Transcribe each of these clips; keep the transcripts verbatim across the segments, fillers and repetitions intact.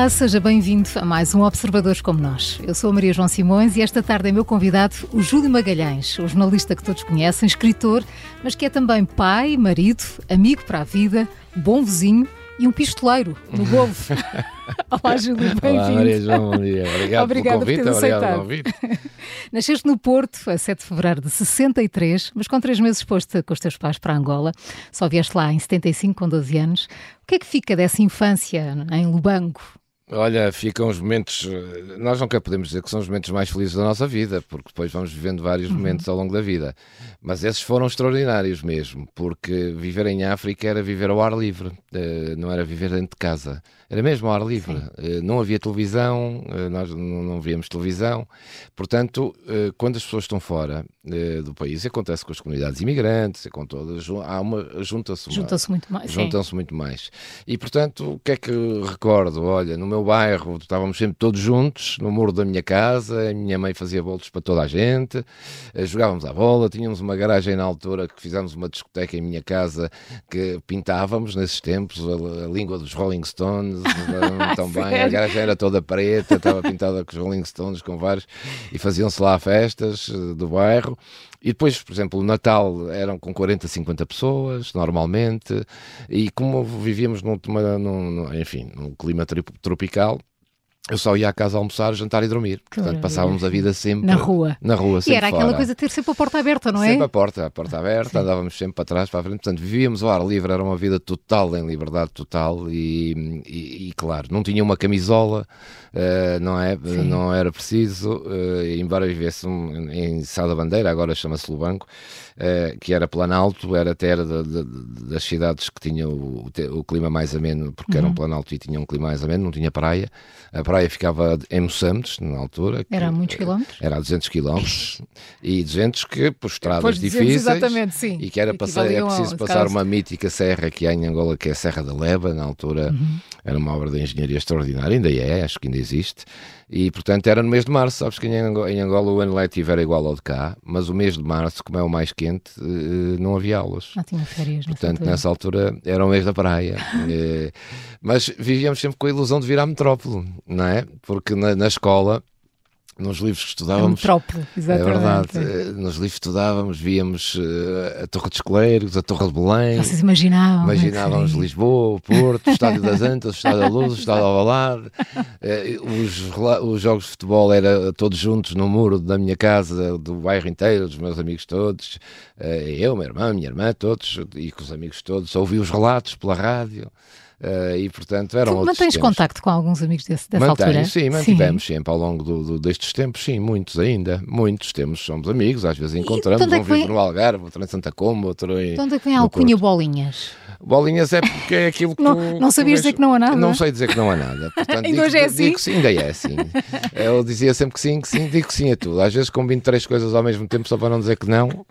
Olá, seja bem-vindo a mais um Observadores como Nós. Eu sou a Maria João Simões e esta tarde é meu convidado o Júlio Magalhães, o jornalista que todos conhecem, escritor, mas que é também pai, marido, amigo para a vida, bom vizinho e um pistoleiro no Golfo. Olá, Júlio, bem-vindo. Olá, Maria João, bom dia. Obrigado Obrigada pelo convite. por Obrigado aceitado. pelo convite. Nasceste no Porto a sete de fevereiro de sessenta e três, mas com três meses foste com os teus pais para Angola. Só vieste lá em setenta e cinco, com doze anos. O que é que fica dessa infância em Lubango? Olha, ficam os momentos, nós nunca podemos dizer que são os momentos mais felizes da nossa vida, porque depois vamos vivendo vários Uhum. momentos ao longo da vida, mas esses foram extraordinários mesmo, porque viver em África era viver ao ar livre, eh, não era viver dentro de casa, era mesmo ao ar livre. Eh, não havia televisão, eh, nós não, não víamos televisão, portanto, eh, quando as pessoas estão fora eh, do país, acontece com as comunidades imigrantes, com todas, ju- há uma, junta-se uma, Juntam-se muito mais. Sim. juntam-se muito mais. E, portanto, o que é que recordo? Olha, no meu bairro estávamos sempre todos juntos, no muro da minha casa, a minha mãe fazia bolos para toda a gente, eh, jogávamos à bola, tínhamos uma garagem na altura que fizemos uma discoteca em minha casa que pintávamos nesses tempos, a, a língua dos Rolling Stones, também, a Sério? garagem era toda preta, estava pintada com os Rolling Stones, com vários, e faziam-se lá festas eh, do bairro. E depois, por exemplo, o Natal eram com quarenta, cinquenta pessoas, normalmente, e como vivíamos num, numa- num- enfim, num clima tri- tropical, eu só ia à casa almoçar, jantar e dormir. Portanto, maravilha. passávamos a vida sempre Na rua. Na rua, E sempre era aquela fora. coisa de ter sempre a porta aberta, não é? Sempre a porta, a porta aberta, andávamos sempre para trás, para a frente, portanto vivíamos ao ar livre, era uma vida total, em liberdade total e, e- e, claro, não tinha uma camisola, eh, não é? Sim. Não era preciso, eh, embora vivesse um, em Sá da Bandeira, agora chama-se Lubango, eh, que era Planalto, era até era da- da- das cidades que tinham o, te- o clima mais ameno, porque era um Planalto e tinha um clima mais ameno, não tinha praia, a praia ficava em Moçambiques, na altura. que- Era a muitos quilómetros? Era a duzentos quilómetros e duzentos que por estradas Pois, duzentos, difíceis exatamente, sim. e que era passar, é Equivaliam ao- preciso se passar calhar- uma mítica serra que há em Angola, que é a Serra da Leba, na altura era uma obra de engenharia extraordinária, ainda é, acho que ainda existe, e portanto era no mês de março. Sabes que em Angola, em Angola o ano letivo era igual ao de cá, mas o mês de março, como é o mais quente, eh, não havia aulas. Não tinha férias. nessa Portanto, altura. nessa altura era o mês da praia. Eh, Mas vivíamos sempre com a ilusão de vir à metrópole, não é? Porque na, na escola, nos livros que A estudávamos, metrópole, é exatamente. verdade, eh, nos livros que estudávamos, víamos eh, a Torre de Escoleiros, a Torre de Belém, Vocês imaginavam. imaginávamos não é? Lisboa, o Porto, o Estádio das Antas, o Estádio da Luz, o Estádio de Alvalade. Eh, os, rela- os jogos de futebol eram todos juntos no muro da minha casa, do bairro inteiro, dos meus amigos todos, eh, eu, meu irmão, minha irmã, todos, e com os amigos todos, ouvi os relatos pela rádio. eh, e portanto eram Tu outros mantens tempos. contacto com alguns amigos desse, dessa Mantenho, altura? sim, mantivemos sempre ao longo do, do- destes tempos, sim, muitos ainda, muitos temos, somos amigos, às vezes encontramos, de onde é um que vem- vive no Algarve, outro em Santa Comba, outro em... De onde é que vem a no alcunha Porto. Bolinhas? Bolinhas é porque é aquilo que Não- tu- não que sabias tu dizer vês- que não há nada? Não sei dizer que não há nada. Portanto, Ainda digo, hoje é digo assim? sim, ainda é assim. Eu dizia sempre que sim, que sim, digo que sim a tudo. Às vezes combino três coisas ao mesmo tempo só para não dizer que não.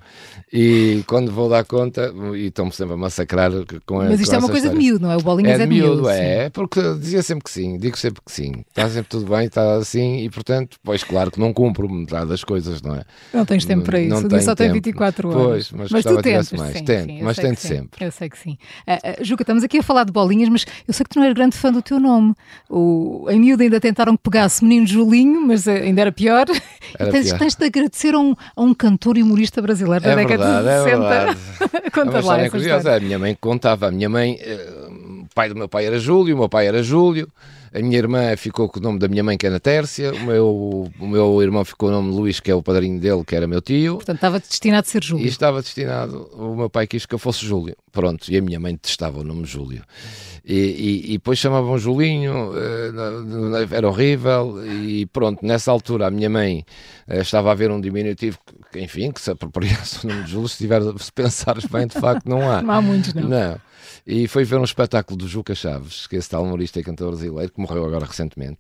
E quando vou dar conta, e estão-me sempre a massacrar com a Mas isto com é uma essa coisa de história. miúdo, não é? O Bolinhas É é de miúdo, sim. é, porque dizia sempre que sim, digo sempre que sim, está sempre tudo bem, está assim, e portanto, pois claro que não cumpro metade das coisas, não é? Não tens tempo para isso, Não o dia tenho só tem tempo. vinte e quatro horas. Pois, mas mas gostava tu que tivesse tentas, mais. sim, Tento, sim, eu mas sei que tento sim. sempre. Eu sei que sim. Ah, ah, Juca, estamos aqui a falar de Bolinhas, mas eu sei que tu não és grande fã do teu nome. O, em miúdo ainda tentaram que pegasse Menino Julinho, mas ah, ainda era pior. Era e tens, pior. tens de agradecer a um, a um cantor e humorista brasileiro da É década verdade, é de verdade. sessenta. É Conta uma lá história essa curiosa. história. A minha mãe contava. A minha mãe, eh, o pai do meu pai era Júlio, o meu pai era Júlio. A minha irmã ficou com o nome da minha mãe, que é Ana Tércia. O meu, o meu irmão ficou com o nome de Luís, que é o padrinho dele, que era meu tio. Portanto, estava destinado a ser E Júlio. estava destinado, o meu pai quis que eu fosse Júlio. Pronto, e a minha mãe detestava o nome Júlio. E, e, e depois chamavam Julinho, eh, era horrível. E pronto, nessa altura a minha mãe eh, estava a ver um diminutivo, que, enfim, que se apropriasse o nome de Júlio. Se, tiver, se pensares bem, de facto, não há. Não há muitos, não. Não. E foi ver um espetáculo do Juca Chaves, que é esse tal humorista e cantor brasileiro, que morreu agora recentemente.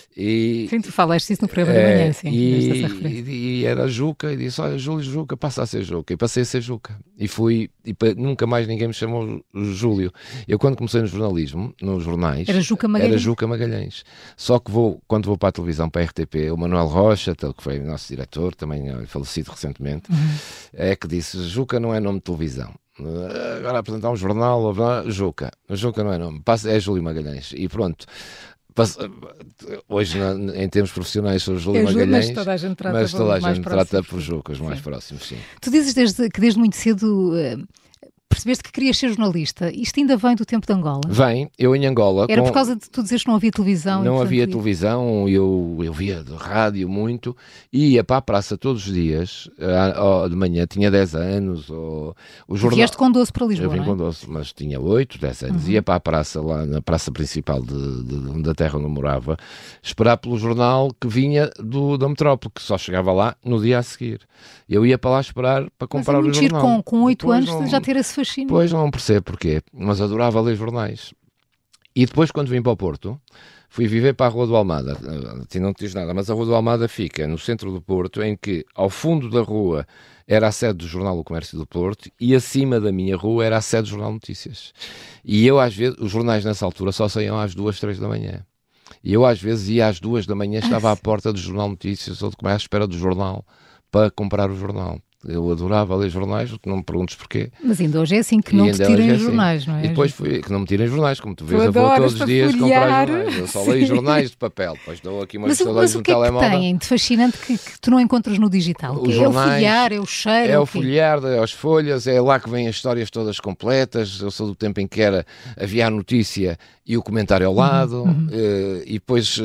E, Sim, tu falaste isso no programa de é, manhã, sim. deste essa referência. e, e era Juca, e disse: olha, Júlio Juca, passa a ser Juca. E passei a ser Juca. E fui, e pa- nunca mais ninguém me chamou Júlio. Eu, quando comecei no jornalismo, nos jornais, Era Juca Magalhães. era Juca Magalhães. Só que vou, quando vou para a televisão, para a R T P, o Manuel Rocha, tal, que foi o nosso diretor, também é falecido recentemente, Uhum. é que disse: Juca não é nome de televisão. Agora apresentar um jornal, Juca. Juca não é nome, passa, é Júlio Magalhães. E pronto. Hoje, na, em termos profissionais, sou Júlio É Júlio, Magalhães, mas toda a gente trata, mas toda a mais gente próximos. trata por Juca, os mais próximos, sim. Tu dizes desde, que desde muito cedo uh, percebeste que querias ser jornalista. Isto ainda vem do tempo de Angola? Vem, eu em Angola... Era com... por causa de tu dizeres que não havia televisão? Não e, havia portanto, televisão, eu, eu via de rádio muito, e ia para a praça todos os dias, a, a, de manhã, tinha dez anos, ou, o jornal... Vieste com doze para Lisboa, Eu vim não é? com doze, mas tinha oito, dez anos, Uhum. ia para a praça, lá na praça principal de, de, da terra onde eu morava, esperar pelo jornal que vinha do, da metrópole, que só chegava lá no dia a seguir. Eu ia para lá esperar para comprar mas é o muito giro, jornal. com, com oito Depois anos não- já ter esse fascínio. Pois não percebo porquê, mas adorava ler jornais. E depois, quando vim para o Porto, fui viver para a Rua do Almada. Assim não te diz nada, mas a Rua do Almada fica no centro do Porto, em que ao fundo da rua era a sede do Jornal do Comércio do Porto e acima da minha rua era a sede do Jornal Notícias. E eu, às vezes, os jornais nessa altura só saíam às duas, três da manhã. E eu, às vezes, ia às duas da manhã, estava à porta do Jornal Notícias ou de comer à espera do jornal para comprar o jornal. Eu adorava ler jornais, não me perguntes porquê. Mas ainda hoje é assim, que E não te ainda tirem hoje é os assim. jornais, não é? E depois fui, que não me tirem jornais, como tu vês, Tu eu vou adoras todos os para dias folhear. comprar jornais. Eu só leio jornais de papel, depois dou aqui umas Mas, o- vista de mas olhos o no que é que telemóvel. têm de fascinante que, que tu não encontras no digital? Os Que é o jornais, folhear, é o cheiro? É o o quê? folhear, é as folhas, é lá que vêm as histórias todas completas. Eu sou do tempo em que era, havia a notícia e o comentário ao lado. Uhum. eh, e depois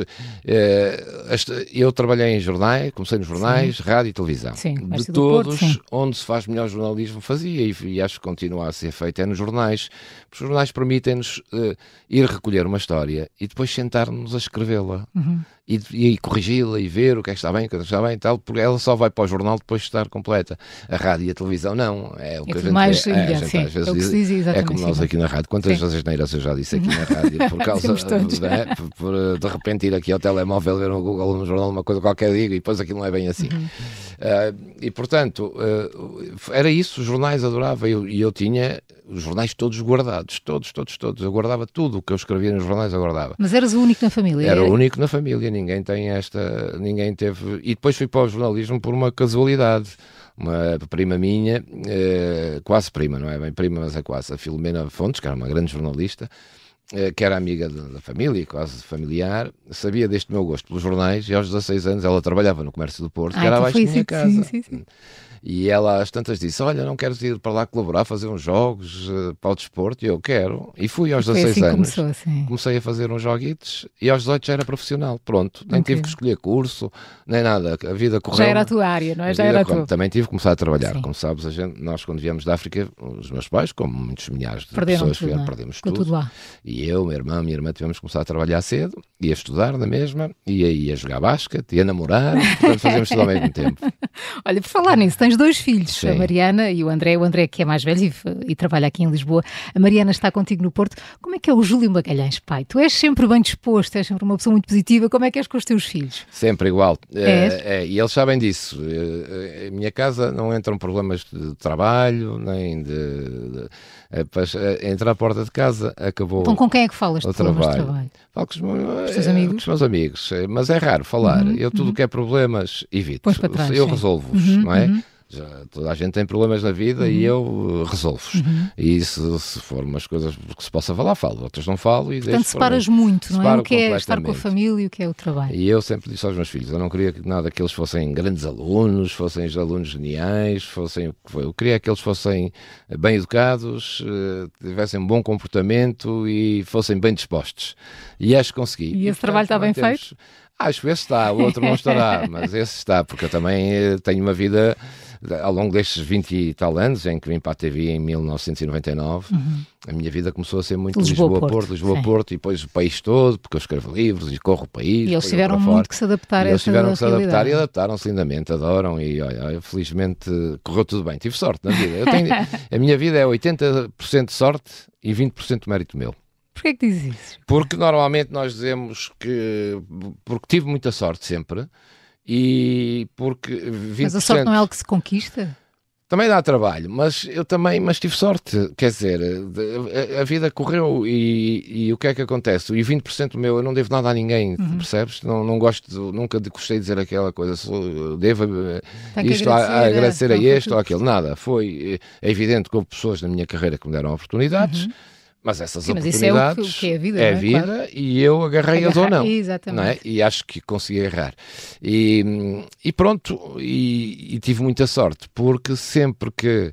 eh, esta- eu trabalhei em jornais, comecei nos jornais, rádio e televisão. Sim, De Comércio do Porto, todos, sim. onde se faz melhor jornalismo, fazia e, e acho que continua a ser feito é nos jornais. Os jornais permitem-nos eh, ir recolher uma história e depois sentar-nos a escrevê-la. Uhum. E, e corrigi-la e ver o que é que está bem, o que é que está bem e tal, porque ela só vai para o jornal depois de estar completa. A rádio e a televisão não, é o que É a tudo gente mais vê. É, a imediato, gente sim. às vezes É o que se diz- diz, exatamente, é como nós sim. aqui na rádio. Quantas Sim. asneiras eu já disse aqui na rádio por causa Dizemos todos. né, por, por, de repente ir aqui ao telemóvel, ver no Google, no jornal, uma coisa qualquer digo e depois aquilo não é bem assim. Uhum. Uh, e portanto, uh, era isso, os jornais adorava e eu, e eu tinha os jornais todos guardados, todos, todos, todos. Eu guardava tudo o que eu escrevia nos jornais, eu guardava. Mas eras o único na família? Era o único na família, ninguém tem esta, ninguém teve. E depois fui para o jornalismo por uma casualidade. Uma prima minha, eh, quase prima, não é bem prima, mas é quase, a Filomena Fontes, que era uma grande jornalista, eh, que era amiga da, da família, quase familiar, sabia deste meu gosto pelos jornais e aos dezasseis anos ela trabalhava no Comércio do Porto, Ah, que era então abaixo foi da minha assim que- casa. sim, sim, sim. E ela às tantas disse, olha, não queres ir para lá colaborar, fazer uns jogos uh, para o desporto? E eu quero. E fui aos Foi dezasseis assim que anos. começou, assim. Comecei a fazer uns joguitos e aos dezoito já era profissional. Pronto, nem Ok. tive que escolher curso, nem nada. A vida correu. Já era a tua área, não é? Já era a tua. Também tive que começar a trabalhar. Sim. Como sabes, a gente, nós quando viemos da África, os meus pais, como muitos milhares de Perderam pessoas tudo, vieram, não é? perdemos Ficou tudo. tudo lá. E eu, minha irmã, minha irmã tivemos que começar a trabalhar cedo, ia estudar na mesma, ia, ia jogar basquete, ia namorar, portanto fazíamos tudo ao mesmo tempo. Olha, por falar nisso, tens dois filhos, Sim. a Mariana e o André. O André que é mais velho e, e trabalha aqui em Lisboa. A Mariana está contigo no Porto. Como é que é o Júlio Magalhães, pai? Tu és sempre bem disposto, és sempre uma pessoa muito positiva. Como é que és com os teus filhos? Sempre igual. És? É, é, e eles sabem disso. É, é, em minha casa não entram problemas de trabalho, nem de... de é, pois, é, entra à porta de casa, acabou Então com quem é que falas de o problemas de trabalho. trabalho? Falo com os, meus, teus é, amigos? com os meus amigos, é, mas é raro falar. Uhum, Eu tudo o uhum. que é problemas evito. Pões para trás, eu sim. resolvo-os, Uhum, não é? uhum. Já, toda a gente tem problemas na vida e eu uh, resolvo-os. Uhum. E se, se for umas coisas que se possa falar, falo. Outras não falo e Portanto, deixo por separas mim. muito, não é? Separo O que é estar com a completamente. família e o que é o trabalho. E eu sempre disse aos meus filhos, eu não queria que nada que eles fossem grandes alunos, fossem alunos geniais, fossem o que foi. Eu queria que eles fossem bem educados, eh, tivessem um bom comportamento e fossem bem dispostos. E acho que consegui. E esse portanto, trabalho está bem mantemos- Acho que esse está, o outro não estará, mas esse está, porque eu também eh, tenho uma vida ao longo destes vinte e tal anos, em que vim para a T V em mil novecentos e noventa e nove, Uhum. a minha vida começou a ser muito Lisboa-Porto, Lisboa-Porto, Lisboa-Porto, e depois o país todo, porque eu escrevo livros e corro o país. E eles depois eu tiveram para muito fora. que se adaptar E a eles essa tiveram que se adaptar realidade. e adaptaram-se lindamente, adoram e olha, felizmente correu tudo bem. Tive sorte na vida. Eu tenho, a minha vida é oitenta por cento de sorte e vinte por cento de mérito meu. Porquê é que dizes isso? Porque normalmente nós dizemos que... Porque tive muita sorte sempre e porque vinte por cento... Mas a sorte não é algo que se conquista? Também dá trabalho, mas eu também mas tive sorte, quer dizer, a, a vida correu e, e o que é que acontece? E vinte por cento meu, eu não devo nada a ninguém, Uhum. percebes? Não, não gosto, de, nunca de, gostei de dizer aquela coisa, sou, devo Tem que isto a, a agradecer a não, este ou foi aquele, nada, foi, é evidente que houve pessoas na minha carreira que me deram oportunidades, Uhum. Mas essas Sim, mas oportunidades isso é, o que, o que é a vida, é não é? vida Claro. e eu agarrei-as ou não. Exatamente. Não é? E acho que consegui agarrar. E, e pronto, e, e tive muita sorte, porque sempre que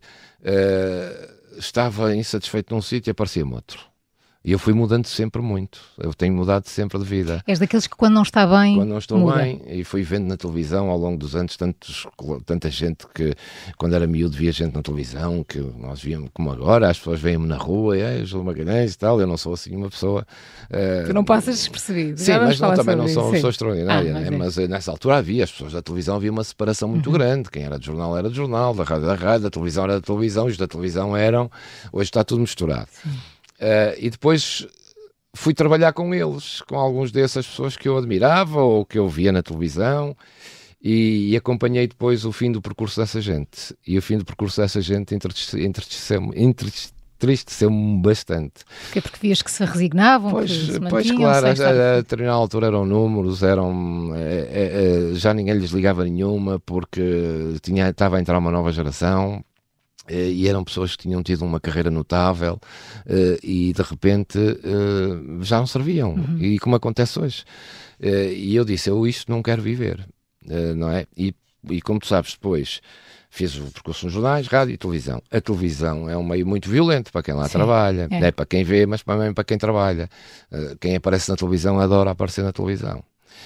uh, estava insatisfeito num sítio, aparecia-me outro. E eu fui mudando sempre muito. Eu tenho mudado sempre de vida. És daqueles que quando não está bem, Quando não estou muda. bem, e fui vendo na televisão ao longo dos anos tantos, tanta gente que, quando era miúdo, via gente na televisão, que nós víamos como agora, as pessoas veem-me na rua, e é, Júlio Magalhães e tal, eu não sou assim uma pessoa... Uh, tu não passas despercebido. Sim, mas não, também não sou uma pessoa sim. extraordinária, ah, mas, né? é. mas nessa altura havia, as pessoas da televisão havia uma separação muito uhum. grande, quem era de jornal era de jornal, da rádio da rádio, da televisão era da televisão, os da televisão eram, hoje está tudo misturado. Uh, e depois... fui trabalhar com eles, com alguns dessas pessoas que eu admirava ou que eu via na televisão e, e acompanhei depois o fim do percurso dessa gente. E o fim do percurso dessa gente entristeceu-me entristeceu-me bastante. Porque, porque vias que se resignavam, pois, que se pois mantinham, claro, a, a, estava... a determinada altura eram números, eram, é, é, já ninguém lhes ligava nenhuma porque tinha, estava a entrar uma nova geração. E eram pessoas que tinham tido uma carreira notável uh, e de repente uh, já não serviam, uhum. e como acontece hoje. Uh, e eu disse, eu isto não quero viver, uh, não é? E, e como tu sabes, depois fiz o percurso nos jornais, rádio e televisão. A televisão é um meio muito violento para quem lá Sim, trabalha, é. é para quem vê, mas também para quem trabalha. Uh, quem aparece na televisão adora aparecer na televisão.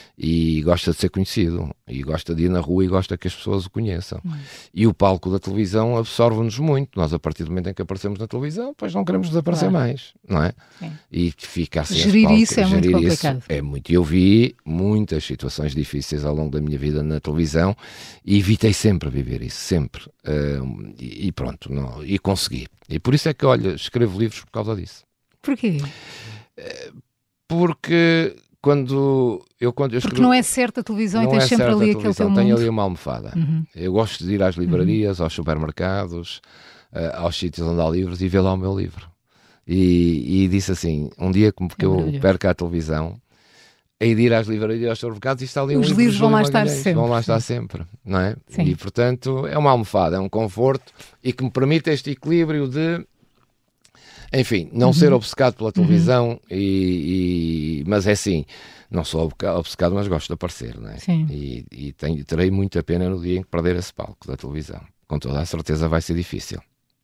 E gosta de ser conhecido, e gosta de ir na rua e gosta que as pessoas o conheçam. Hum. E o palco da televisão absorve-nos muito. Nós, a partir do momento em que aparecemos na televisão, depois não queremos desaparecer claro. mais, não é? Sim. E ficar sem Gerir palco, isso é gerir muito complicado. É muito. Eu vi muitas situações difíceis ao longo da minha vida na televisão e evitei sempre viver isso, sempre. Uh, e, e pronto, não, e consegui. E por isso é que, olha, escrevo livros por causa disso. Porquê? Uh, porque... Quando eu, quando eu Porque escrevo, não é certo a televisão e não tens é sempre ali aquele teu mundo. Tenho ali uma almofada. Uhum. Eu gosto de ir às livrarias, uhum. aos supermercados, uh, aos sítios onde há livros e ver lá o meu livro. E, e disse assim, um dia que é eu perco a televisão, hei de ir às livrarias, aos supermercados e está ali um Os livro livros vão lá estar Magalhães, sempre. Vão lá estar sempre, não é? Sim. E portanto é uma almofada, é um conforto e que me permite este equilíbrio de... Enfim, não uhum. ser obcecado pela televisão, uhum. e, e, mas é assim, não sou obcecado, mas gosto de aparecer, não é? Sim. E, e tenho, terei muita pena no dia em que perder esse palco da televisão. Com toda a certeza vai ser difícil.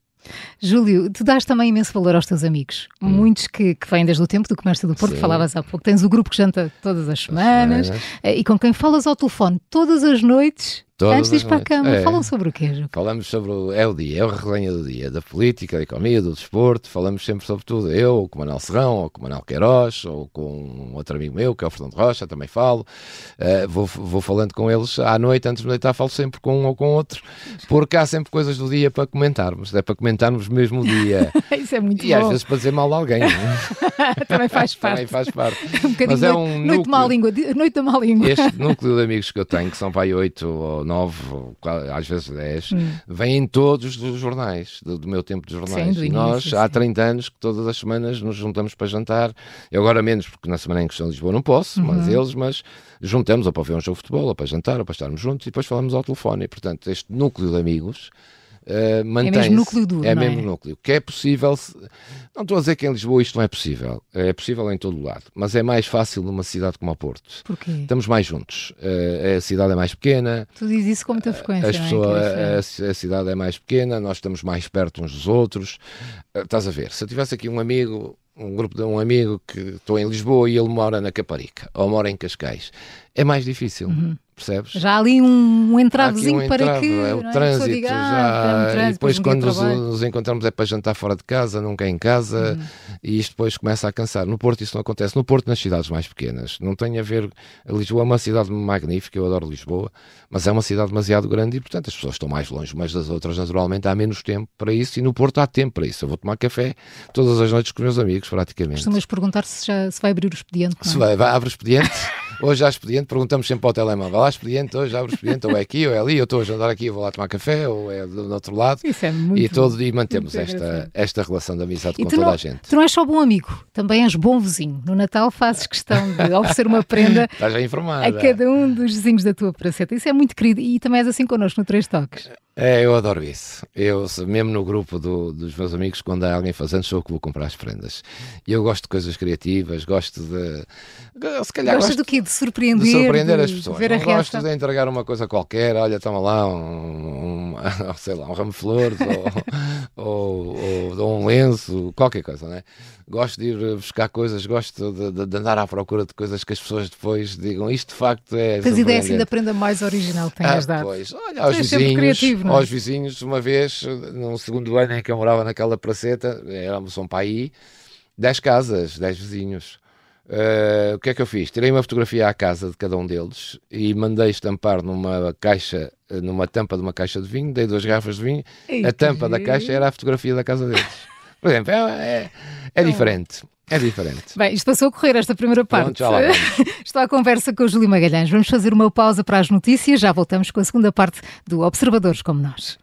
Júlio, tu dás também imenso valor aos teus amigos, hum. muitos que, que vêm desde o tempo do Comércio do Porto, Sim. falavas há pouco, tens o grupo que janta todas as semanas, as semanas. E com quem falas ao telefone todas as noites, todas antes de ir para a cama. É. Falam sobre o quê, Júlio? Falamos sobre o, é o dia, é a resenha do dia, da política, da economia, do desporto, falamos sempre sobre tudo. Eu, ou com o Manuel Serrão, ou com o Manuel Queiroz, ou com um outro amigo meu, que é o Fernando Rocha, também falo. Uh, vou, vou falando com eles à noite, antes de me deitar, falo sempre com um ou com outro, porque há sempre coisas do dia para comentarmos, é para comentarmos mesmo o dia. Isso é muito e bom. às vezes para dizer mal de alguém. Também faz parte. Também faz parte. um bocadinho Mas é um noite, má língua, noite da má língua. Este núcleo de amigos que eu tenho, que são para aí oito ou nove, ou às vezes dez, hum. vêm todos dos jornais, do, do meu tempo de jornais. Sim, e nós, início, há trinta anos, que todas as semanas nos juntamos para jantar. Eu agora menos, porque na semana em questão de Lisboa não posso, uhum. mas eles, mas juntamos ou para ver um jogo de futebol, ou para jantar, ou para estarmos juntos, e depois falamos ao telefone. E, portanto, este núcleo de amigos Uh, mantém-se. É mesmo núcleo duro, É não mesmo é? núcleo. Que é possível, não estou a dizer que em Lisboa isto não é possível, é possível em todo o lado, mas é mais fácil numa cidade como o Porto. Porquê? Estamos mais juntos, uh, a cidade é mais pequena. Tu dizes isso com muita frequência, As não é? pessoas, a, a cidade é mais pequena, nós estamos mais perto uns dos outros. Uh, estás a ver, se eu tivesse aqui um amigo, um grupo de um amigo que estou em Lisboa e ele mora na Caparica, ou mora em Cascais, é mais difícil. Uhum. Percebes? Já há ali um entravezinho um entrave, para que é o não é? trânsito, Diga, já, ah, um trânsito, e depois um quando de nos, nos encontramos é para jantar fora de casa, nunca é em casa, uhum. e isto depois começa a cansar. No Porto isso não acontece, no Porto nas cidades mais pequenas, não tem a ver, Lisboa é uma cidade magnífica, eu adoro Lisboa, mas é uma cidade demasiado grande e portanto as pessoas estão mais longe umas das outras, naturalmente há menos tempo para isso, e no Porto há tempo para isso. Eu vou tomar café todas as noites com os meus amigos praticamente. Costumas perguntar se, já, se vai abrir o expediente, não é? Se vai, vai, abre o expediente. Hoje há expediente, perguntamos sempre ao telemóvel, há expediente, hoje abre o expediente, ou é aqui, ou é ali, eu estou a jantar aqui, eu vou lá tomar café, ou é do, do outro lado. Isso é muito e, todo, e muito mantemos esta, esta relação de amizade e com toda não, a gente. Tu não és só bom amigo, também és bom vizinho. No Natal fazes questão de oferecer uma prenda Estás a informar, a cada um dos vizinhos da tua praceta. Isso é muito querido e também és assim connosco no Três Toques. É, eu adoro isso. Eu, mesmo no grupo do, dos meus amigos, quando há alguém fazendo, sou eu que vou comprar as prendas. E eu gosto de coisas criativas, gosto de... Se calhar Gostas gosto do quê? De surpreender? de surpreender de, as pessoas. De ver a Não gosto reação? de entregar uma coisa qualquer, olha, toma lá um, um, sei lá, um ramo de flores ou, ou, ou, ou um lenço, qualquer coisa, não é? Gosto de ir buscar coisas, gosto de, de, de andar à procura de coisas que as pessoas depois digam, isto de facto é Tens ideia assim da surpreendente. prenda mais original que tenhas Ah, dado? pois, olha, aos Tu és sempre vizinhos, criativo, não é? aos vizinhos, uma vez, no segundo ano em que eu morava naquela praceta, éramos um para aí, dez casas, dez vizinhos. Uh, o que é que eu fiz? Tirei uma fotografia à casa de cada um deles e mandei estampar numa caixa, numa tampa de uma caixa de vinho, dei duas garrafas de vinho, Ei, a que tampa da giro. caixa era a fotografia da casa deles. Por exemplo, é, é, é diferente, é diferente. Bem, isto passou a correr esta primeira parte. Pronto, já lá vamos. Estou à conversa com o Júlio Magalhães. Vamos fazer uma pausa para as notícias. Já voltamos com a segunda parte do Observadores como Nós.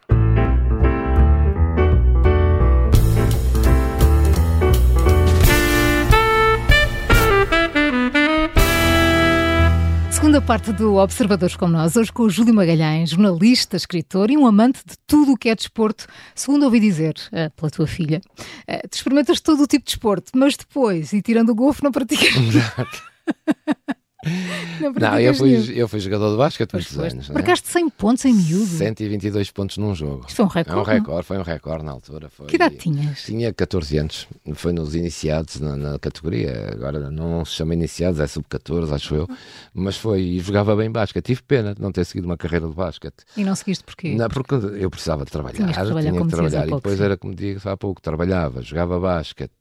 Segunda parte do Observadores como Nós, hoje com o Júlio Magalhães, jornalista, escritor e um amante de tudo o que é desporto. Segundo ouvi dizer, uh, pela tua filha, uh, tu experimentas todo o tipo de desporto, mas depois, e tirando o golfe, não praticas. Não, Não, eu fui, eu fui jogador de basquete muitos foste. anos. Marcaste cem pontos em miúdo. cento e vinte e dois pontos num jogo. Isto foi um recorde. É um recorde, foi um recorde na altura. Foi... Que idade tinhas? Tinha catorze anos, foi nos iniciados na, na categoria, agora não se chama iniciados, é sub catorze, acho eu, mas foi, e jogava bem basquete. Tive pena de não ter seguido uma carreira de basquete. E não seguiste porquê? Não, porque eu precisava de trabalhar, Tinhas que trabalhar, tinha como que dizias há trabalhar, e pouco, depois sim. era como digo há pouco, trabalhava, jogava basquete,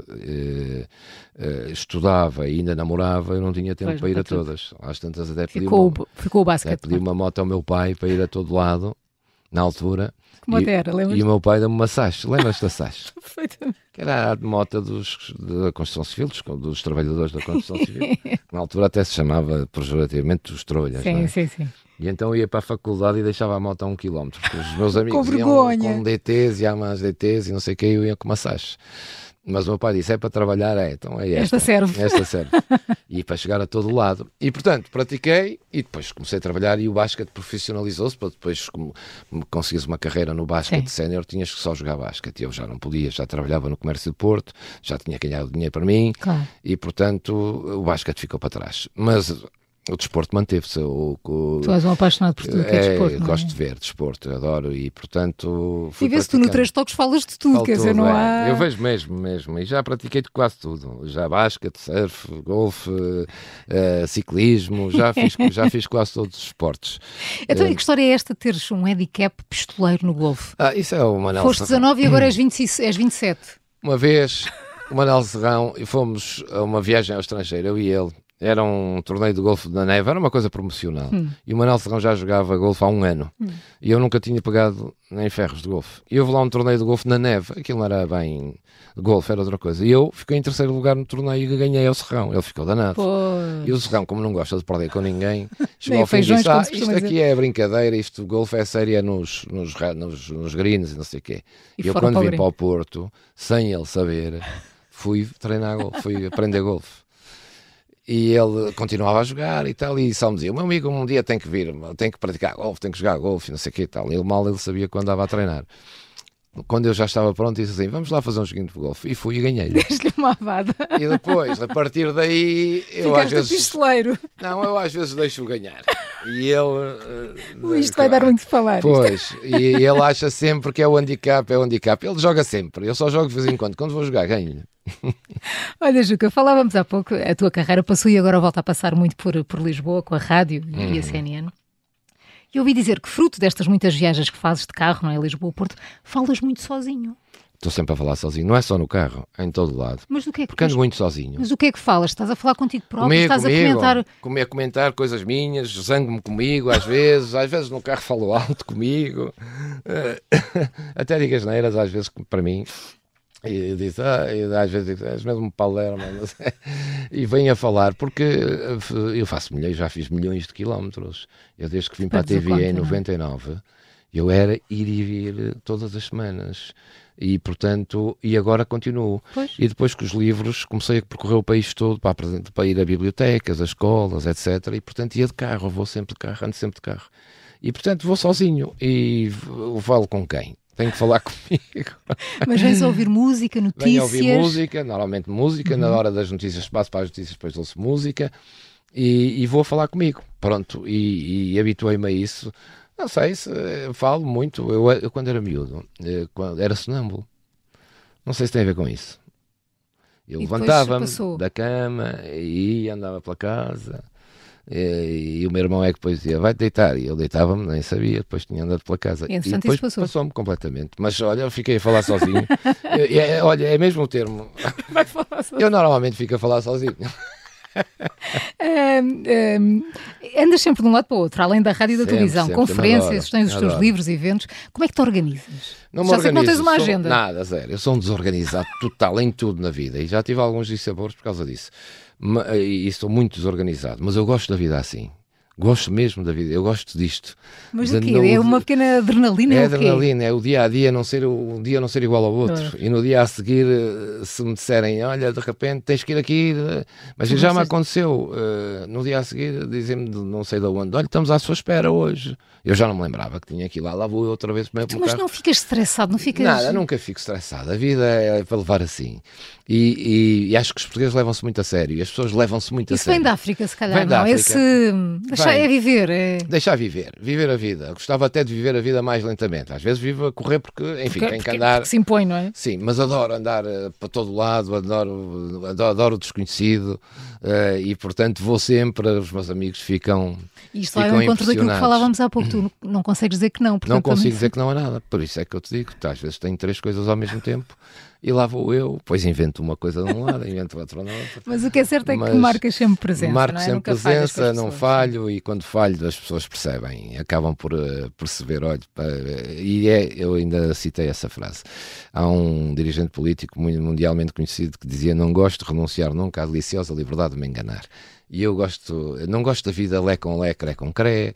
eh, eh, estudava e ainda namorava, eu não tinha tempo Pois, para ir a para tudo. todas. Às tantas até pedi Ficou, uma, ficou o até basquete. pedi uma moto ao meu pai para ir a todo lado, na altura. Como e, até era, lembras? e o meu pai deu-me uma Sash, lembras-te da Sash? Perfeitamente. Que era a moto dos, da construção civil, dos, dos trabalhadores da construção civil. Na altura até se chamava pejorativamente os trolhas. Sim, não é? sim, sim. E então ia para a faculdade e deixava a moto a um quilómetro. Porque os meus amigos Com iam vergonha. com D Ts e Yamas D Ts e não sei o que, eu ia com uma Sash. Mas o meu pai disse, é para trabalhar, é, então é esta. Esta serve. Esta serve. E para chegar a todo lado. E, portanto, pratiquei e depois comecei a trabalhar e o basquete profissionalizou-se para depois, como conseguires uma carreira no basquete Sim. sénior, tinhas que só jogar basquete. E eu já não podia, já trabalhava no comércio de Porto, já tinha ganhado dinheiro para mim Claro. e, portanto, o basquete ficou para trás. Mas o desporto manteve-se. O, o, Tu és um apaixonado por tudo o que é desporto, não é? gosto de ver desporto, adoro e, portanto, fui E vê-se tu no praticando. Três Toques falas de tudo, Falo quer dizer, tudo, não é. há... Eu vejo mesmo, mesmo. E já pratiquei de quase tudo. Já basquete, surf, golfe, eh, ciclismo, já fiz, já fiz quase todos os esportes. Então, e que história é esta de teres um handicap pistoleiro no golfe? Ah, isso é o Manel Foste Serrão. dezanove e agora és, vinte e seis, és vinte e sete. Uma vez, o Manel Serrão, e fomos a uma viagem ao estrangeiro, eu e ele. Era um torneio de golfe na neve, era uma coisa promocional. Hum. E o Manel Serrão já jogava golfe há um ano. Hum. E eu nunca tinha pegado nem ferros de golfe. E houve lá um torneio de golfe na neve. Aquilo não era bem golfe, era outra coisa. E eu fiquei em terceiro lugar no torneio e ganhei ao Serrão. Ele ficou danado. Pois. E o Serrão, como não gosta de perder com ninguém, Nem chegou ao fim e feijões, disse, como ah, se isto costuma aqui dizer." é brincadeira, isto de golfe é sério é nos, nos, ra- nos, nos greens e não sei o quê. E E eu foram quando para o vim green. para o Porto, sem ele saber, fui treinar golfe, fui aprender golfe. E ele continuava a jogar e tal, e só me dizia, o meu amigo um dia tem que vir, tem que praticar golfe, tem que jogar golfe, não sei o que e tal. Ele mal ele sabia quando andava a treinar. Quando eu já estava pronto, disse assim, vamos lá fazer um joguinho de golfe. E fui e ganhei. Deste-lhe uma avada. E depois, a partir daí, eu às Ficaste vezes... pistoleiro. Não, eu às vezes deixo-o ganhar. E ele... eh, Isto vai dar muito de falar. isto. Pois, e ele acha sempre que é o handicap, é o handicap. Ele joga sempre, eu só jogo de vez em quando. Quando vou jogar, ganho. Olha, Juca, falávamos há pouco, a tua carreira passou e agora volta a passar muito por, por Lisboa, com a rádio e a C N N. E ouvi dizer que, fruto destas muitas viagens que fazes de carro, não é? Lisboa-Porto, falas muito sozinho. Estou sempre a falar sozinho, não é só no carro, é em todo lado. Mas do que é que Porque ando mas, muito sozinho. mas o que é que falas? Estás a falar contigo próprio? Comigo, Estás comigo, a comentar... comigo, a comentar coisas minhas, zango-me comigo às vezes, às vezes no carro falo alto comigo, Eh, até digo as neiras às vezes para mim, e eu disse, ah, e às vezes digo, és mesmo um palermo, não sei. E venho a falar, porque eu faço milhões, já fiz milhões de quilómetros, eu desde que vim para a T V em noventa e nove, eu era ir e vir todas as semanas. E, portanto, e agora continuo. Pois. E depois que os livros, comecei a percorrer o país todo para, para ir a bibliotecas, a escolas, etcétera. E, portanto, ia de carro, vou sempre de carro, ando sempre de carro. E, portanto, vou sozinho. E falo com quem? Tenho que falar comigo. Mas vens a ouvir música, notícias? Venho a ouvir música, normalmente música. Uhum. Na hora das notícias, passo para as notícias, depois ouço música. E, e vou falar comigo. Pronto. E, e habituei-me a isso. Não sei se falo muito. Eu, eu quando era miúdo, quando era sonâmbulo. Não sei se tem a ver com isso. Eu levantava-me da cama e andava pela casa. E, e o meu irmão é que depois dizia, vai deitar. E eu deitava-me, nem sabia. Depois tinha andado pela casa. E, e depois passou. passou-me completamente. Mas olha, eu fiquei a falar sozinho. eu, é, olha, é mesmo o termo. Vai falar sozinho. Eu normalmente fico a falar sozinho. um, um, andas sempre de um lado para o outro, além da rádio e da sempre, televisão, sempre, conferências, tens os teus livros, eventos. Como é que te organizas? Não me já organizo, sei que não tens uma sou, agenda. Nada, zero. Eu sou um desorganizado total em tudo na vida e já tive alguns dissabores por causa disso. E estou muito desorganizado, mas eu gosto da vida assim. Gosto mesmo da vida, eu gosto disto. Mas o quê? Não, é uma pequena adrenalina? É, é adrenalina, é o dia a dia não ser, um dia não ser igual ao outro. É. E no dia a seguir, se me disserem, olha, de repente tens que ir aqui, mas já me sei. aconteceu, uh, no dia a seguir, dizem-me não sei de onde, olha, estamos à sua espera hoje. Eu já não me lembrava que tinha que ir lá, lá vou eu outra vez. Mas carro. Não ficas estressado, não ficas... Nada, nunca fico estressado, a vida é para levar assim. E, e, e acho que os portugueses levam-se muito a sério, e as pessoas levam-se muito Isso a sério. Isso vem da África, se calhar, vem não? África. Esse... Deixar é viver. É... Deixar viver, viver a vida. Gostava até de viver a vida mais lentamente. Às vezes vivo a correr porque, enfim, porque, tem que porque, andar... Porque se impõe, não é? Sim, mas adoro andar uh, para todo lado, adoro, adoro, adoro o desconhecido uh, e, portanto, vou sempre, os meus amigos ficam Isto vai ao encontro daquilo que falávamos há pouco. Tu não consegues dizer que não. Portanto, não consigo dizer que não há nada. Por isso é que eu te digo, às vezes tenho três coisas ao mesmo tempo. E lá vou eu, depois invento uma coisa de um lado, invento outra no outro. Mas o que é certo é que marcas sempre presença, marco não é? sempre Nunca presença, não falho, e quando falho as pessoas percebem, acabam por uh, perceber, olha, uh, e é, eu ainda citei essa frase. Há um dirigente político mundialmente conhecido que dizia, não gosto de renunciar nunca à deliciosa liberdade de me enganar. E eu gosto, não gosto da vida lé com lé, cré com cré,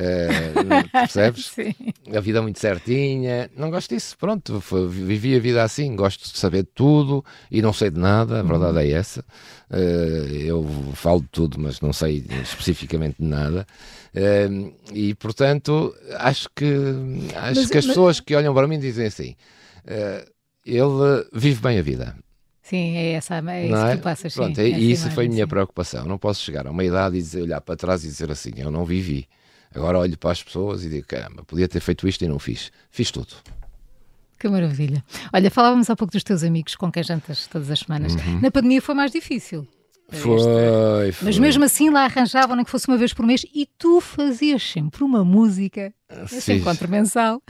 uh, percebes? Sim. A vida muito certinha, não gosto disso, pronto, foi, vivi a vida assim, gosto de saber de tudo e não sei de nada, a verdade uhum. é essa. Uh, eu falo de tudo, mas não sei especificamente de nada. Uh, e, portanto, acho que, acho mas, que as mas... pessoas que olham para mim dizem assim, uh, ele vive bem a vida. Sim, é, essa, é isso é? que tu passas. Pronto, sim, é, e isso imagem, foi a minha sim. preocupação. Não posso chegar a uma idade e dizer, olhar para trás e dizer assim, eu não vivi. Agora olho para as pessoas e digo, caramba, podia ter feito isto e não fiz. Fiz tudo. Que maravilha. Olha, falávamos há pouco dos teus amigos com quem jantas todas as semanas. Uhum. Na pandemia foi mais difícil. Foi, foi. Mas mesmo assim lá arranjavam, nem que fosse uma vez por mês, e tu fazias sempre uma música, esse encontro mensal,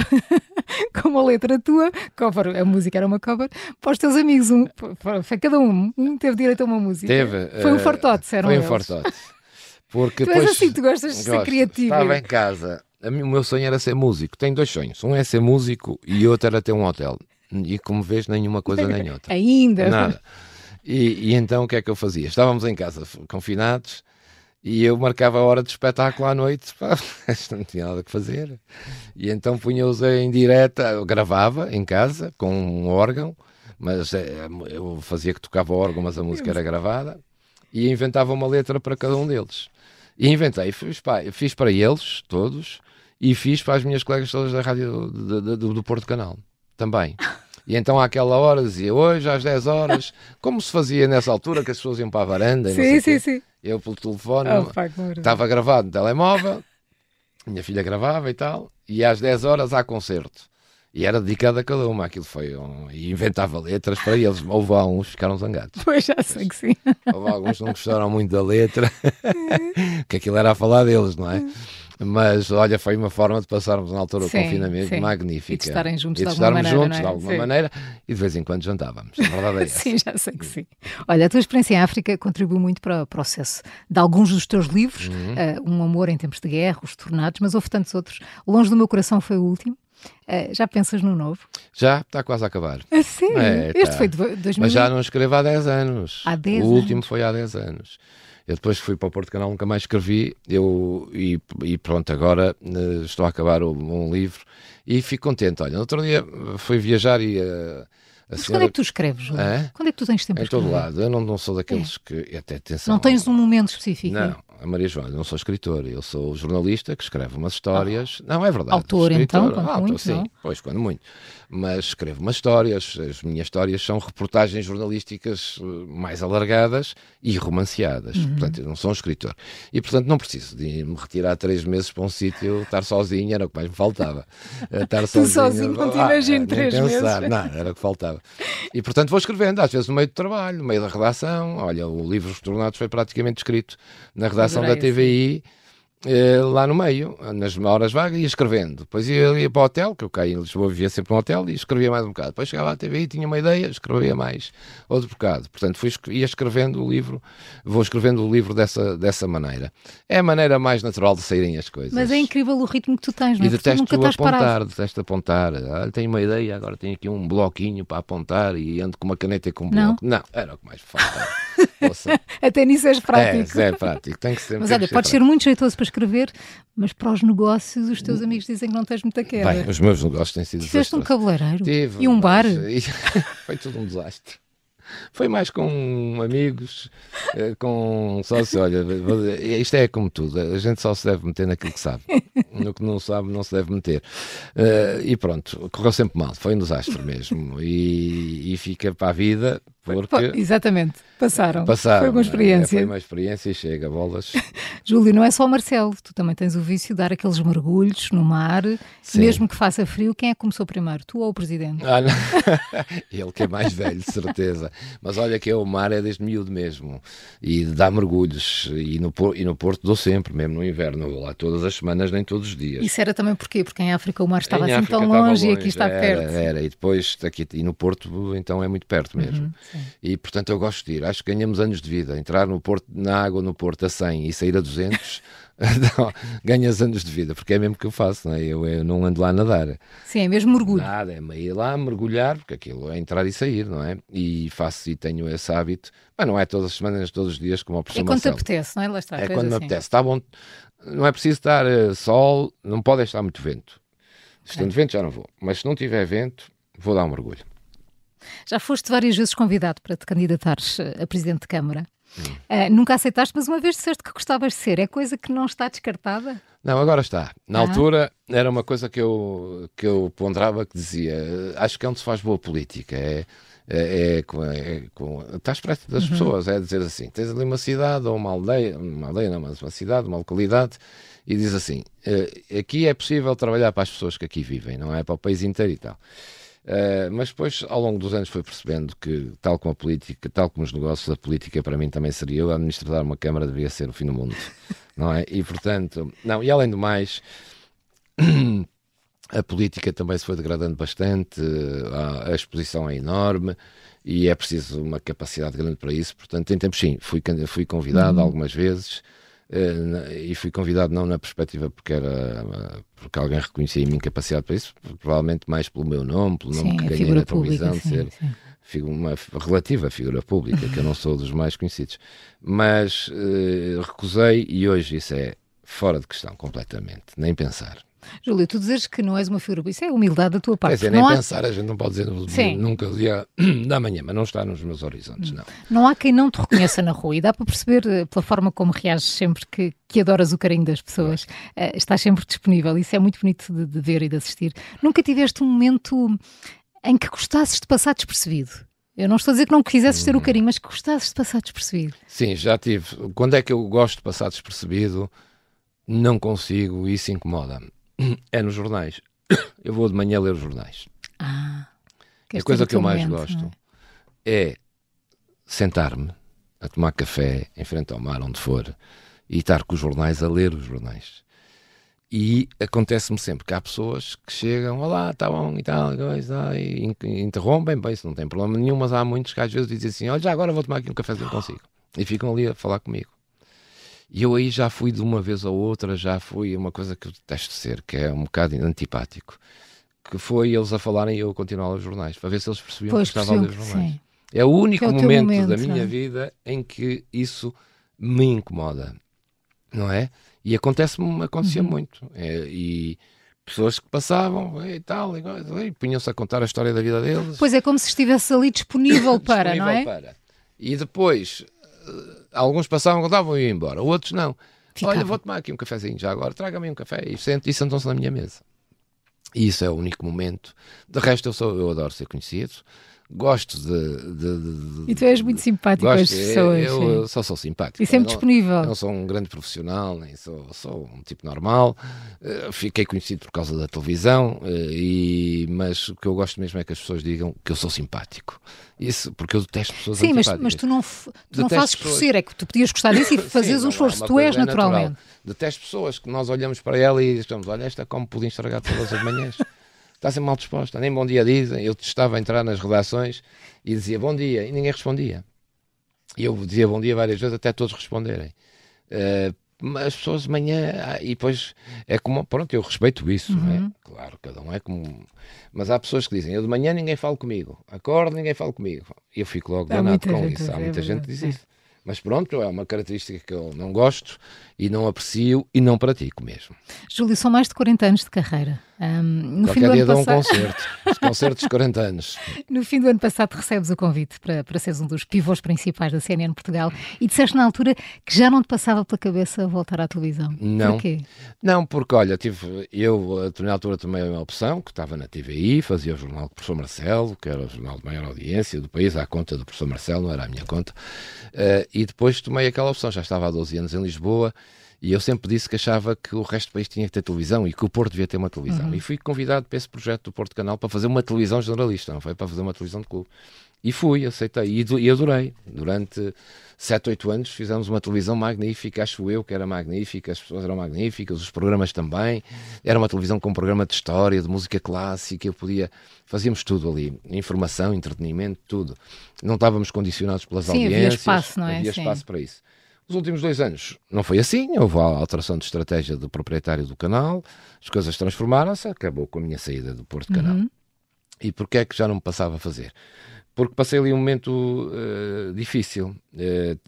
com uma letra tua, cover, a música era uma cover, para os teus amigos, um, foi cada um, um teve direito a uma música. Teve. Foi um fartote, eram Foi um eles. fartote. Porque tu depois, és assim, tu gostas de ser gosto, criativo. Estava em casa, a mim, o meu sonho era ser músico. Tenho dois sonhos, um é ser músico e outro era ter um hotel. E como vês, nenhuma coisa nem outra. Ainda? Nada. E, e então o que é que eu fazia? Estávamos em casa confinados e eu marcava a hora de espetáculo à noite, pá, não tinha nada que fazer. E então punha-os em direta, eu gravava em casa com um órgão, mas é, eu fazia que tocava o órgão, mas a música era gravada, e inventava uma letra para cada um deles. E inventei, fiz, pá, fiz para eles todos e fiz para as minhas colegas todas da rádio do, do, do, do Porto Canal também. E então àquela hora dizia, hoje às dez horas, como se fazia nessa altura, que as pessoas iam para a varanda, e sim, não sei sim, quê. sim. Eu pelo telefone, oh, pá, estava gravado no telemóvel, minha filha gravava e tal, e às dez horas há concerto. E era dedicado a cada uma, aquilo foi um... E inventava letras para eles, houve alguns que ficaram zangados. Pois, já sei que sim. Houve alguns que não gostaram muito da letra, que aquilo era a falar deles, não é? Mas, olha, foi uma forma de passarmos na altura sim, o confinamento sim. magnífica. E de estarem juntos, e de, de alguma estarmos maneira, juntos é? de alguma sim. maneira e de vez em quando jantávamos. A verdade é essa. Sim, já sei que sim. Olha, a tua experiência em África contribuiu muito para o processo de alguns dos teus livros, uhum. uh, Um Amor em Tempos de Guerra, Os Tornados, mas houve tantos outros. Longe do Meu Coração foi o último. Uh, já pensas no novo? Já, está quase a acabar. Ah, sim? É, este tá. foi de dois mil. Mas já não escrevo há dez anos. Há dez o anos. último foi há dez anos. Eu depois que fui para o Porto Canal nunca mais escrevi eu, e, e pronto, agora uh, estou a acabar o, um livro e fico contente. Olha, no outro dia fui viajar e... Uh, Mas senhora... quando é que tu escreves, Júlio? É? Quando é que tu tens tempo em para escrever? Em todo lado. Eu não, não sou daqueles é. que... Até, atenção, não tens um momento específico? Não. É? Maria João, eu não sou escritor, eu sou jornalista que escreve umas histórias. Ah, não, é verdade. Autor, escritor, então, quando autor, muito, sim, não? Pois, quando muito. Mas escrevo umas histórias, as minhas histórias são reportagens jornalísticas mais alargadas e romanceadas. Uhum. Portanto, eu não sou um escritor. E, portanto, não preciso de me retirar três meses para um sítio, estar sozinho, era o que mais me faltava. Estar sozinho, tu sozinho, não te imagino ah, três pensar. meses. Não, era o que faltava. E, portanto, vou escrevendo, às vezes no meio do trabalho, no meio da redação. Olha, o livro Os Tornados foi praticamente escrito na redação Adorei, da T V I, eh, lá no meio, nas horas vagas, ia escrevendo. Depois ia, ia para o hotel, que eu cá em Lisboa vivia sempre num hotel, e escrevia mais um bocado. Depois chegava à T V I, tinha uma ideia, escrevia mais outro bocado. Portanto, fui, ia escrevendo o livro, vou escrevendo o livro dessa, dessa maneira. É a maneira mais natural de saírem as coisas. Mas é incrível o ritmo que tu tens, não é? E detesto nunca estás apontar, parado. detesto apontar. Ah, tenho uma ideia, agora tenho aqui um bloquinho para apontar e ando com uma caneta e com um não. bloco. Não, era o que mais faltava. Até nisso és prático. É, é prático. Tem que ser, mas tem olha, que podes ser, ser muito jeitoso para escrever, mas para os negócios os teus amigos dizem que não tens muita queda. Bem, os meus negócios têm sido Tiveste um cabeleireiro Tive, e um bar. Mas, foi tudo um desastre. Foi mais com amigos, com sócio. Olha, isto é como tudo, a gente só se deve meter naquilo que sabe, no que não sabe não se deve meter. Uh, e pronto, correu sempre mal, foi um desastre mesmo. E, e fica para a vida, porque... Exatamente, passaram. passaram foi uma experiência. É, foi uma experiência e chega, bolas. Júlio, não é só o Marcelo, tu também tens o vício de dar aqueles mergulhos no mar, Sim. mesmo que faça frio. Quem é que começou primeiro, tu ou o Presidente? Ah, ele que é mais velho, de certeza. Mas olha que eu, o mar é desde miúdo mesmo, e dá mergulhos, e no, e no Porto dou sempre, mesmo no inverno, eu vou lá todas as semanas, nem todos os dias. Isso era também porquê? Porque em África o mar estava em assim África tão longe, longe e aqui está era, perto. Era, e depois aqui, e no Porto então é muito perto mesmo. Uhum, e portanto eu gosto de ir, acho que ganhamos anos de vida, entrar no Porto, na água no Porto a cem e sair a duzentos... Não, ganhas anos de vida, porque é mesmo que eu faço, não é? Eu, eu não ando lá a nadar. Sim, é mesmo mergulho. Nada, é ir lá mergulhar, porque aquilo é entrar e sair, não é? E faço e tenho esse hábito, mas não é todas as semanas, todos os dias, como a professor É quando te Marcelo. apetece, não é? Lá está, é quando assim. me apetece, está bom, não é preciso estar uh, sol, não pode estar muito vento. Se okay. tem vento já não vou, mas se não tiver vento, vou dar um mergulho. Já foste várias vezes convidado para te candidatares a Presidente de Câmara. Uh, nunca aceitaste, mas uma vez disseste que gostavas de ser. É coisa que não está descartada? Não, agora está. Na ah. altura era uma coisa que eu, que eu ponderava, que dizia, acho que é onde se faz boa política, é, é, é, com, é com, estás perto das uhum. pessoas, é dizer assim, tens ali uma cidade ou uma aldeia, uma aldeia não, mas uma cidade, uma localidade, e diz assim, aqui é possível trabalhar para as pessoas que aqui vivem, não é para o país inteiro e tal. Uh, mas depois, ao longo dos anos, foi percebendo que, tal como a política, tal como os negócios, a política para mim também seria eu, administrar uma Câmara devia ser o fim do mundo, não é? E portanto, não, e além do mais, a política também se foi degradando bastante, a, a exposição é enorme e é preciso uma capacidade grande para isso, portanto, em tempos sim, fui, fui convidado uhum. algumas vezes. Uh, e fui convidado não na perspectiva porque era uh, porque alguém reconhecia em mim capacidade para isso, provavelmente mais pelo meu nome, pelo nome sim, que ganhei na televisão, de ser sim. uma relativa figura pública, que eu não sou dos mais conhecidos, mas uh, recusei e hoje isso é fora de questão completamente, nem pensar. Júlio, tu dizes que não és uma figura, isso é humildade da tua parte. Quer dizer, nem não pensar, há... a gente não pode dizer Sim. nunca o dia da manhã, mas não está nos meus horizontes, não. Não há quem não te reconheça na rua e dá para perceber pela forma como reages sempre que, que adoras o carinho das pessoas. Uh, estás sempre disponível, isso é muito bonito de, de ver e de assistir. Nunca tiveste um momento em que gostasses de passar despercebido? Eu não estou a dizer que não quisesses ter o carinho, mas que gostasses de passar despercebido. Sim, já tive. Quando é que eu gosto de passar despercebido, não consigo e isso incomoda-me. É nos jornais. Eu vou de manhã ler os jornais. Ah, a coisa que eu mais momento, gosto é, é sentar-me a tomar café em frente ao mar, onde for, e estar com os jornais a ler os jornais. E acontece-me sempre que há pessoas que chegam, olá, está bom e tal, e interrompem, bem, isso não tem problema nenhum, mas há muitos que às vezes dizem assim, olha, já agora vou tomar aqui um cafezinho consigo. E ficam ali a falar comigo. E eu aí já fui de uma vez ou outra, já fui uma coisa que eu detesto ser, que é um bocado antipático, que foi eles a falarem e eu a continuar a ler os jornais, para ver se eles percebiam pois, que eu estava a ler os jornais. Sim. É o único é o momento, momento da minha é? vida em que isso me incomoda, não é? E acontece-me, acontecia uhum. muito. É, e pessoas que passavam e tal, e, e punham-se a contar a história da vida deles. Pois é, como se estivesse ali disponível para, disponível não é? Para. E depois... alguns passavam, contavam e iam embora, outros não. Ficava. Olha, vou tomar aqui um cafezinho já agora, traga-me um café e, sent, e sentam-se na minha mesa. E isso é o único momento. De resto, eu, sou, eu adoro ser conhecido. Gosto de, de, de, de... E tu és muito simpático com as pessoas. Eu, eu, eu só sou simpático. E sempre eu disponível. Não, eu não sou um grande profissional, nem sou, sou um tipo normal. Uh, fiquei conhecido por causa da televisão, uh, e, mas o que eu gosto mesmo é que as pessoas digam que eu sou simpático. Isso, porque eu detesto pessoas Sim, mas, antipáticas. mas tu não, tu não fazes por ser, é que tu podias gostar disso e fazeres um esforço. Tu és é naturalmente. Natural. Detesto pessoas que nós olhamos para ela e dizemos, olha, esta come pudim estragado todas as manhãs. Está sempre mal disposta, nem bom dia dizem. Eu estava a entrar nas redações e dizia bom dia e ninguém respondia. E eu dizia bom dia várias vezes até todos responderem. Uh, as pessoas de manhã, ah, e depois é como, pronto, eu respeito isso, uhum. não é? Claro, cada um é como. Mas há pessoas que dizem, eu de manhã ninguém fala comigo, acordo, ninguém fala comigo. E eu fico logo danado com isso. Há muita gente que diz isso. Mas pronto, é uma característica que eu não gosto e não aprecio e não pratico mesmo. Júlio, são mais de quarenta anos de carreira. Um, no Qualquer fim do dia ano dou passado... um concerto. Os concertos de quarenta anos. No fim do ano passado recebes o convite para, para seres um dos pivôs principais da C N N Portugal e disseste na altura que já não te passava pela cabeça voltar à televisão. Não. Porquê? Não, porque olha, tive, eu na altura tomei uma opção, que estava na T V I, fazia o jornal do professor Marcelo, que era o jornal de maior audiência do país, à conta do professor Marcelo, não era a minha conta, uh, e depois tomei aquela opção, já estava há doze anos em Lisboa. E eu sempre disse que achava que o resto do país tinha que ter televisão e que o Porto devia ter uma televisão. Uhum. E fui convidado para esse projeto do Porto Canal para fazer uma televisão generalista, não foi para fazer uma televisão de clube. E fui, aceitei e adorei. Durante sete, oito anos fizemos uma televisão magnífica, acho eu que era magnífica, as pessoas eram magníficas, os programas também. Era uma televisão com um programa de história, de música clássica, eu podia... Fazíamos tudo ali, informação, entretenimento, tudo. Não estávamos condicionados pelas Sim, audiências. Havia espaço, não é? Havia Sim. espaço para isso. Os últimos dois anos não foi assim, houve a alteração de estratégia do proprietário do canal, as coisas transformaram-se, acabou com a minha saída do Porto Canal. Uhum. E porquê é que já não me passava a fazer? Porque passei ali um momento uh, difícil, uh,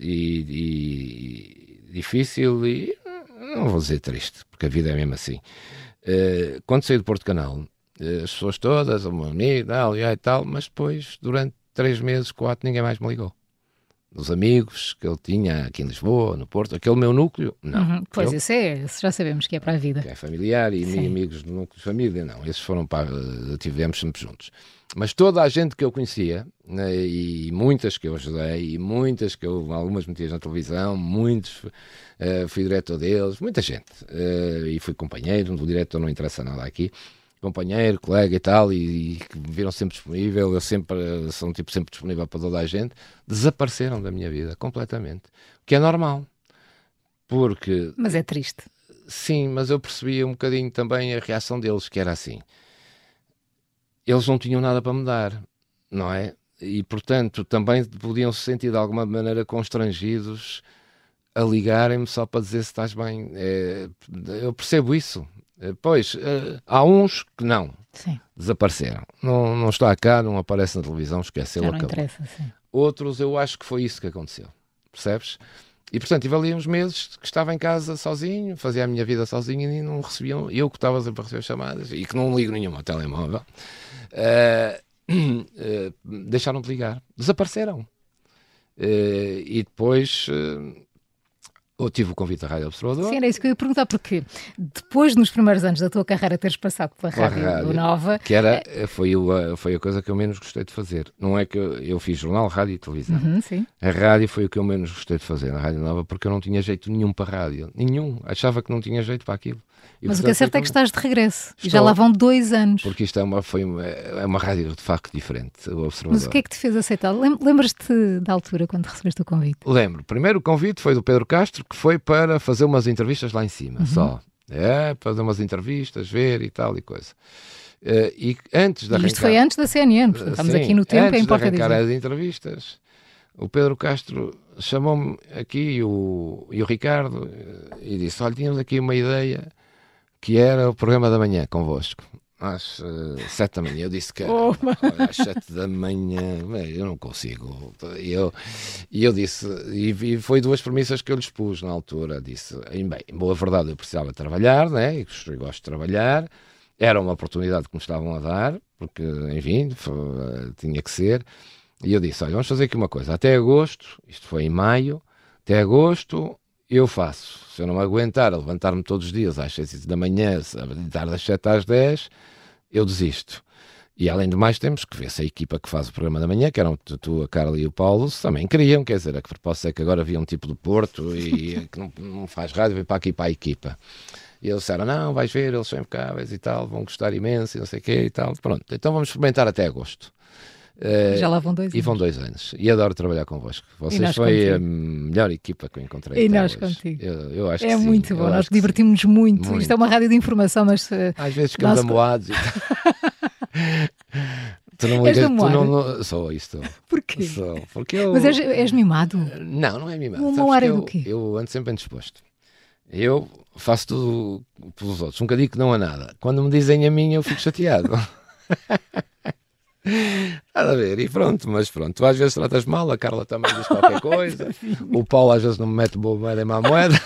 e, e difícil e não vou dizer triste, porque a vida é mesmo assim. Uh, quando saí do Porto Canal, uh, as pessoas todas, o meu amigo, tal, e tal, mas depois, durante três meses, quatro, ninguém mais me ligou. Dos amigos que ele tinha aqui em Lisboa, no Porto, aquele meu núcleo, não. Uhum, pois, isso é, isso já sabemos que é para a vida. Que é familiar e Sim. amigos do núcleo de família, não. Esses foram para, tivemos sempre juntos. Mas toda a gente que eu conhecia, né, e muitas que eu ajudei, e muitas que eu, algumas metias na televisão, muitos, uh, fui diretor deles, muita gente. Uh, e fui companheiro, o diretor não interessa nada aqui. Companheiro, colega e tal, e, e que me viram sempre disponível, eu sempre sou um tipo sempre disponível para toda a gente, desapareceram da minha vida completamente, o que é normal, porque... Mas é triste. Sim, mas eu percebia um bocadinho também a reação deles, que era assim, eles não tinham nada para me dar, não é? E portanto também podiam se sentir de alguma maneira constrangidos a ligarem-me só para dizer se estás bem. É, eu percebo isso. Pois, uh, há uns que não, sim. Desapareceram. Não, não está cá, não aparece na televisão, esqueceu, não acabou. Interessa, sim. Outros, eu acho que foi isso que aconteceu, percebes? E portanto, tive ali uns meses que estava em casa sozinho, fazia a minha vida sozinho e não recebiam, eu que estava sempre a receber chamadas e que não ligo nenhuma ao telemóvel, uh, uh, deixaram de ligar, desapareceram. Uh, e depois... Uh, Eu tive o convite da Rádio Observador. Sim, era isso que eu ia perguntar, porque depois, nos primeiros anos da tua carreira, teres passado pela Rádio, rádio Nova... Que era, foi, a, foi a coisa que eu menos gostei de fazer. Não é que eu, eu fiz jornal, rádio e televisão. Uhum, sim. A rádio foi o que eu menos gostei de fazer na Rádio Nova, porque eu não tinha jeito nenhum para a rádio. Nenhum. Achava que não tinha jeito para aquilo. E, mas portanto, o que é certo é que estás de regresso. Estou, e já lá vão dois anos. Porque isto é uma, foi uma, é uma rádio de facto diferente, o Observador. Mas o que é que te fez aceitar? Lembras-te da altura quando recebeste o convite? Lembro. Primeiro o convite foi do Pedro Castro, que foi para fazer umas entrevistas lá em cima, uhum. Só. É, fazer umas entrevistas, ver e tal e coisa. Uh, e antes de arrancar... Isto foi antes da C N N, portanto, estamos sim, aqui no tempo, é importante dizer. Antes de arrancar dizer. as entrevistas, o Pedro Castro chamou-me aqui e o, e o Ricardo e disse, olha, tínhamos aqui uma ideia que era o programa da manhã convosco, às uh, sete da manhã. Eu disse que oh, às sete da manhã, bem, eu não consigo. E eu, e eu disse, e, e foi duas premissas que eu lhes pus na altura. Disse, bem, em boa verdade, eu precisava trabalhar, né? E gosto de trabalhar. Era uma oportunidade que me estavam a dar, porque, enfim, foi, tinha que ser. E eu disse, olha, vamos fazer aqui uma coisa. Até agosto, isto foi em maio, até agosto eu faço. Se eu não me aguentar a levantar-me todos os dias às seis da manhã, a meditar das sete às dez, eu desisto. E além do mais temos que ver se a equipa que faz o programa da manhã, que eram tu, a Carla e o Paulo, também queriam, quer dizer, a que propósito é que agora havia um tipo do Porto e que não, não faz rádio, vem para aqui para a equipa. E eles disseram, não, vais ver, eles são impecáveis e tal, vão gostar imenso e não sei o quê e tal. Pronto, então vamos experimentar até agosto. Já lá vão dois e anos. vão dois anos. E adoro trabalhar convosco. Vocês foi contigo. A melhor equipa que eu encontrei. E nós hoje. contigo. Eu, eu acho é que muito sim. bom, eu nós divertimos muito. muito. Isto é uma rádio de informação, mas... Uh, Às vezes ficamos nosso... amoados. E tu não és ligas, tu não, não, sou isto. Porquê? Sou, porque eu... Mas és, és mimado? Não, não é mimado. Uma área do quê? Eu ando sempre bem disposto. Eu faço tudo pelos outros. Nunca digo que não há nada. Quando me dizem a mim, eu fico chateado. Nada a ver, e pronto, mas pronto, tu às vezes tratas mal, a Carla também diz qualquer coisa, o Paulo às vezes não me mete boa moeda em má moeda.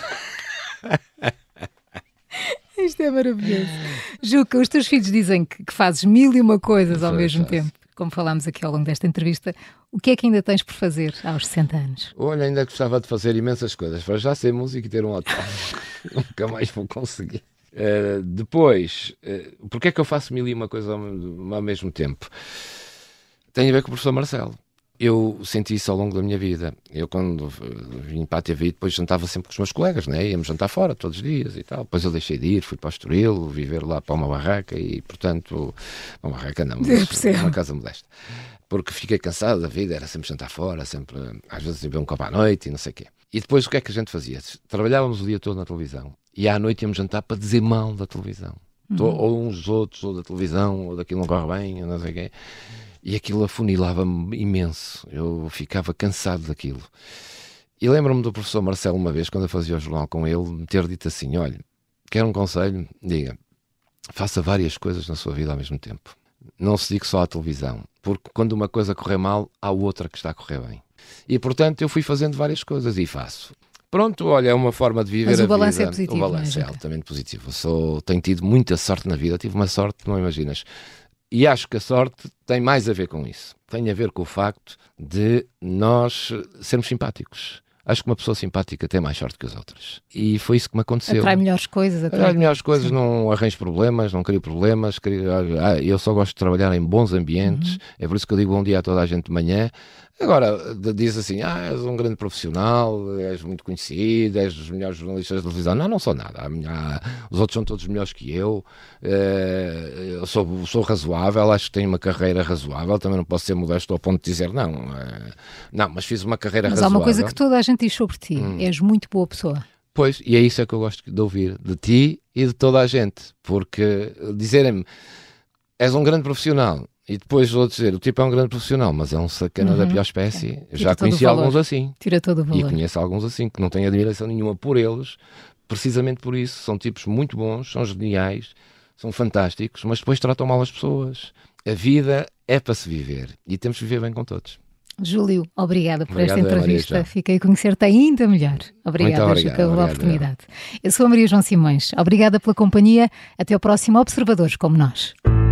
Isto é maravilhoso. Juca, os teus filhos dizem que, que fazes mil e uma coisas ao Foi, mesmo faz. tempo, como falámos aqui ao longo desta entrevista. O que é que ainda tens por fazer aos sessenta anos? Olha, ainda gostava de fazer imensas coisas, para já ser músico e ter um hotel. Nunca mais vou conseguir. Uh, depois, uh, porque é que eu faço mil e uma coisa ao, ao mesmo tempo? Tem a ver com o professor Marcelo. Eu senti isso ao longo da minha vida. Eu, quando vim para a T V, depois jantava sempre com os meus colegas, né? Íamos jantar fora todos os dias e tal. Depois eu deixei de ir, fui para o Estoril, viver lá para uma barraca e, portanto, uma barraca não, mas uma casa modesta. Porque fiquei cansado da vida, era sempre jantar fora, sempre, às vezes beber um copo à noite e não sei o quê. E depois o que é que a gente fazia? Trabalhávamos o dia todo na televisão e à noite íamos jantar para dizer mal da televisão. Uhum. Ou uns dos outros, ou da televisão, ou daquilo não corre bem, ou não sei o quê. E aquilo afunilava-me imenso. Eu ficava cansado daquilo. E lembro-me do professor Marcelo uma vez, quando eu fazia o jornal com ele, me ter dito assim, olha, quer um conselho? Diga, faça várias coisas na sua vida ao mesmo tempo. Não se diga só à televisão, porque quando uma coisa correr mal, há outra que está a correr bem. E, portanto, eu fui fazendo várias coisas e faço. Pronto, olha, é uma forma de viver a vida. Mas o balanço é positivo, O balanço não é, é altamente positivo. Eu sou, tenho tido muita sorte na vida, tive uma sorte, não imaginas. E acho que a sorte tem mais a ver com isso. Tem a ver com o facto de nós sermos simpáticos. Acho que uma pessoa simpática tem mais sorte que as outras. E foi isso que me aconteceu. Atrai melhores coisas. Atrai, atrai melhores coisas, sim. Não arranjo problemas, não crio problemas. Crio... Ah, eu só gosto de trabalhar em bons ambientes. Uhum. É por isso que eu digo bom dia a toda a gente de manhã. Agora, diz assim, ah, és um grande profissional, és muito conhecido, és dos melhores jornalistas de televisão. Não, não sou nada. Minha... Os outros são todos melhores que eu. Eu sou, sou razoável, acho que tenho uma carreira razoável. Também não posso ser modesto ao ponto de dizer não. Não, mas fiz uma carreira mas razoável. Mas há uma coisa que toda a gente diz sobre ti. Hum. És muito boa pessoa. Pois, e é isso é que eu gosto de ouvir de ti e de toda a gente. Porque dizerem-me, és um grande profissional... E depois vou dizer, o tipo é um grande profissional, mas é um sacana uhum. da pior espécie. É. Já conheci alguns assim. Tira todo o valor. E conheço alguns assim, que não tenho admiração nenhuma por eles, precisamente por isso. São tipos muito bons, são geniais, são fantásticos, mas depois tratam mal as pessoas. A vida é para se viver e temos que viver bem com todos. Júlio, obrigada por Obrigado, esta entrevista. Fiquei a conhecer-te ainda melhor. Obrigada, Juca, pela oportunidade. Eu sou a Maria João Simões. Obrigada pela companhia. Até ao próximo Observadores como nós.